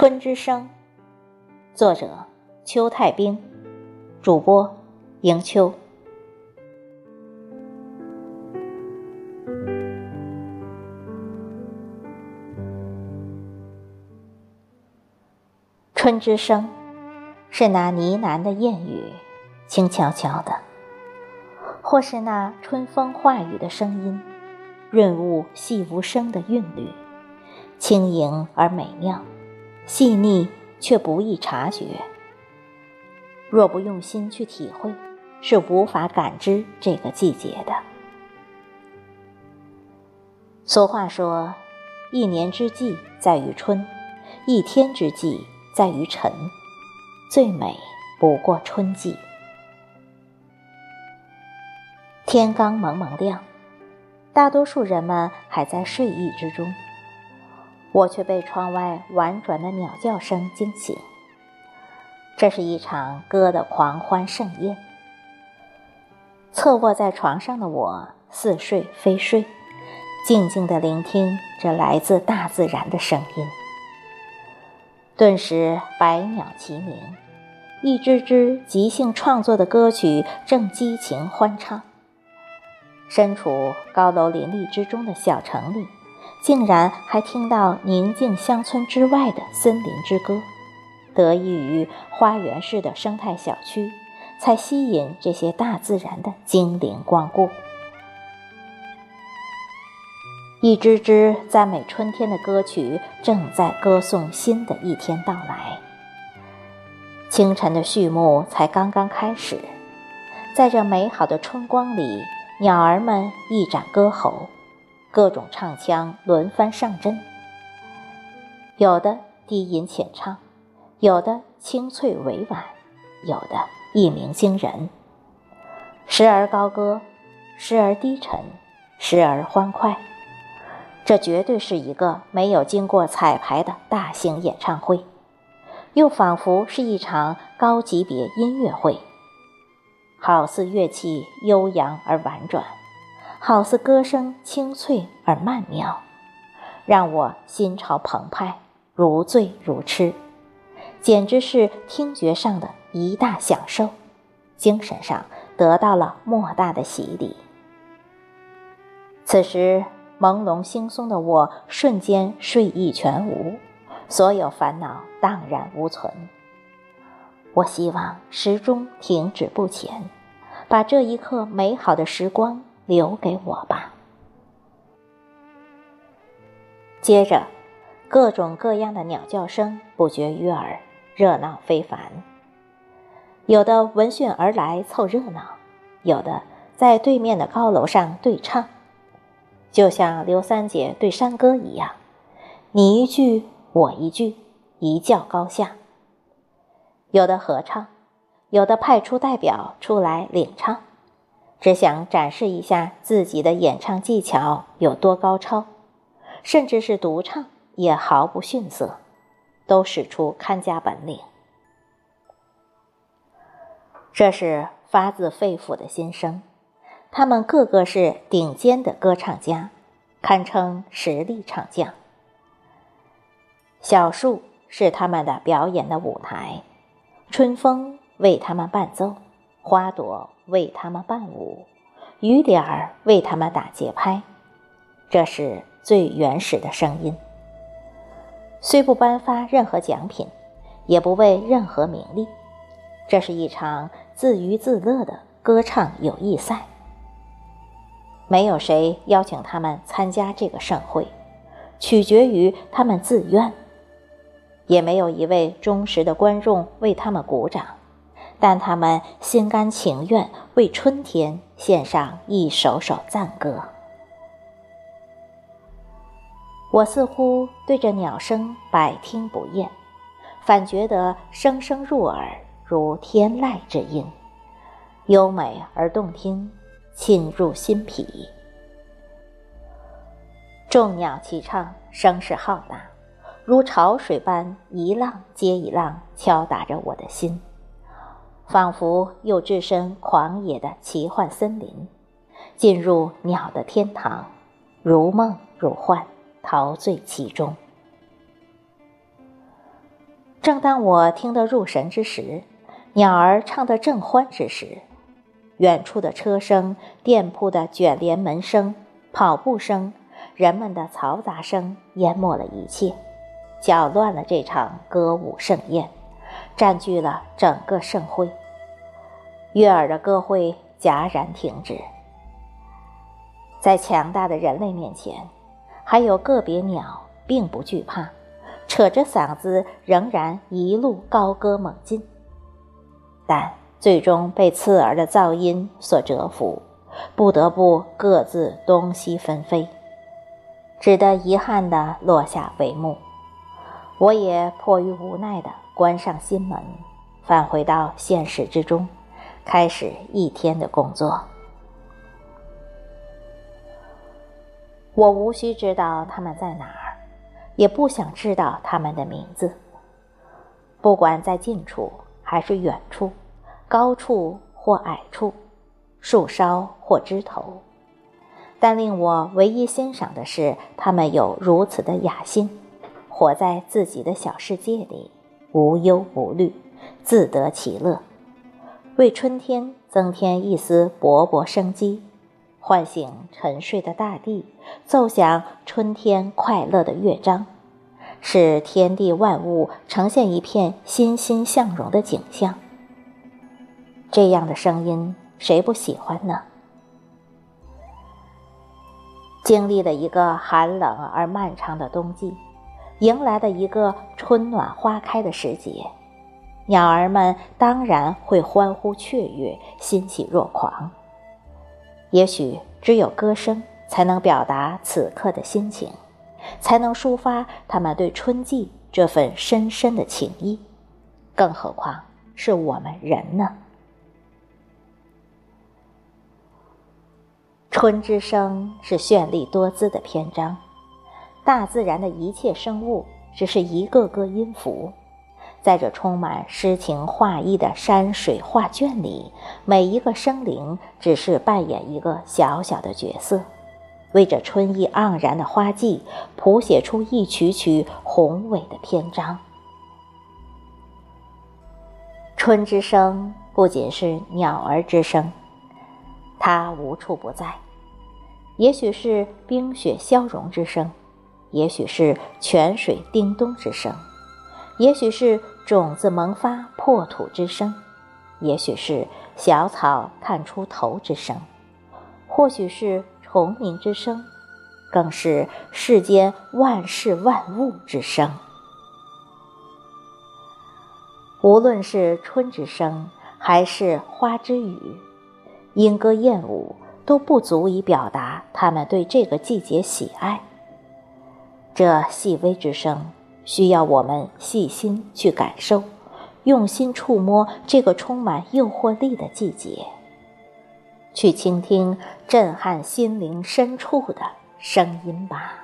春之声，作者邱太冰，主播迎秋。春之声是那呢喃的燕语，轻悄悄的，或是那春风化雨的声音，润物细无声的韵律，轻盈而美妙，细腻却不易察觉。若不用心去体会，是无法感知这个季节的。俗话说，一年之计在于春，一天之计在于晨，最美不过春季。天刚蒙蒙亮，大多数人们还在睡意之中，我却被窗外婉转的鸟叫声惊醒。这是一场歌的狂欢盛宴。侧卧在床上的我，似睡非睡，静静地聆听这来自大自然的声音。顿时百鸟齐鸣，一支支即兴创作的歌曲正激情欢唱。身处高楼林立之中的小城里，竟然还听到宁静乡村之外的森林之歌，得益于花园式的生态小区，才吸引这些大自然的精灵光顾。一支支赞美春天的歌曲正在歌颂新的一天到来。清晨的序幕才刚刚开始，在这美好的春光里，鸟儿们一展歌喉，各种唱腔轮番上阵，有的低吟浅唱，有的清脆委婉，有的一鸣惊人，时而高歌，时而低沉，时而欢快。这绝对是一个没有经过彩排的大型演唱会，又仿佛是一场高级别音乐会，好似乐器悠扬而婉转，好似歌声清脆而曼妙，让我心潮澎湃，如醉如痴，简直是听觉上的一大享受，精神上得到了莫大的洗礼。此时朦胧惺忪的我瞬间睡意全无，所有烦恼荡然无存。我希望时钟停止不前，把这一刻美好的时光留给我吧。接着，各种各样的鸟叫声不绝于耳，热闹非凡。有的闻讯而来凑热闹，有的在对面的高楼上对唱，就像刘三姐对山歌一样，你一句我一句，一较高下。有的合唱，有的派出代表出来领唱，只想展示一下自己的演唱技巧有多高超，甚至是独唱也毫不逊色，都使出看家本领。这是发自肺腑的心声，他们个个是顶尖的歌唱家，堪称实力唱将。小树是他们的表演的舞台，春风为他们伴奏，花朵为他们伴舞，雨点儿为他们打节拍。这是最原始的声音，虽不颁发任何奖品，也不为任何名利，这是一场自娱自乐的歌唱友谊赛。没有谁邀请他们参加这个盛会，取决于他们自愿，也没有一位忠实的观众为他们鼓掌，但他们心甘情愿为春天献上一首首赞歌。我似乎对着鸟声百听不厌，反觉得声声入耳，如天籁之音，优美而动听，沁入心脾。众鸟齐唱，声势浩大，如潮水般一浪接一浪敲打着我的心，仿佛又置身狂野的奇幻森林，进入鸟的天堂，如梦如幻，陶醉其中。 正当我听得入神之时，鸟儿唱得正欢之时，远处的车声、店铺的卷帘门声、跑步声、人们的嘈杂声淹没了一切，搅乱了这场歌舞盛宴，占据了整个盛会。悦耳的歌会戛然停止。在强大的人类面前，还有个别鸟并不惧怕，扯着嗓子仍然一路高歌猛进，但最终被刺耳的噪音所折服，不得不各自东西纷飞，只得遗憾地落下帷幕。我也迫于无奈地关上心门，返回到现实之中，开始一天的工作。我无需知道他们在哪儿，也不想知道他们的名字。不管在近处还是远处，高处或矮处，树梢或枝头，但令我唯一欣赏的是，他们有如此的雅心，活在自己的小世界里，无忧无虑，自得其乐，为春天增添一丝勃勃生机，唤醒沉睡的大地，奏响春天快乐的乐章，使天地万物呈现一片欣欣向荣的景象。这样的声音，谁不喜欢呢？经历了一个寒冷而漫长的冬季，迎来了一个春暖花开的时节，鸟儿们当然会欢呼雀跃，欣喜若狂。也许只有歌声才能表达此刻的心情，才能抒发他们对春季这份深深的情谊，更何况是我们人呢？春之声是绚丽多姿的篇章，大自然的一切生物只是一个个音符，在这充满诗情画意的山水画卷里，每一个生灵只是扮演一个小小的角色，为这春意盎然的花季谱写出一曲曲宏伟的篇章。春之声不仅是鸟儿之声，它无处不在，也许是冰雪消融之声，也许是泉水叮咚之声，也许是种子萌发破土之声，也许是小草探出头之声，或许是虫鸣之声，更是世间万事万物之声。无论是春之声还是花之语，莺歌燕舞都不足以表达他们对这个季节喜爱。这细微之声需要我们细心去感受，用心触摸这个充满诱惑力的季节，去倾听震撼心灵深处的声音吧。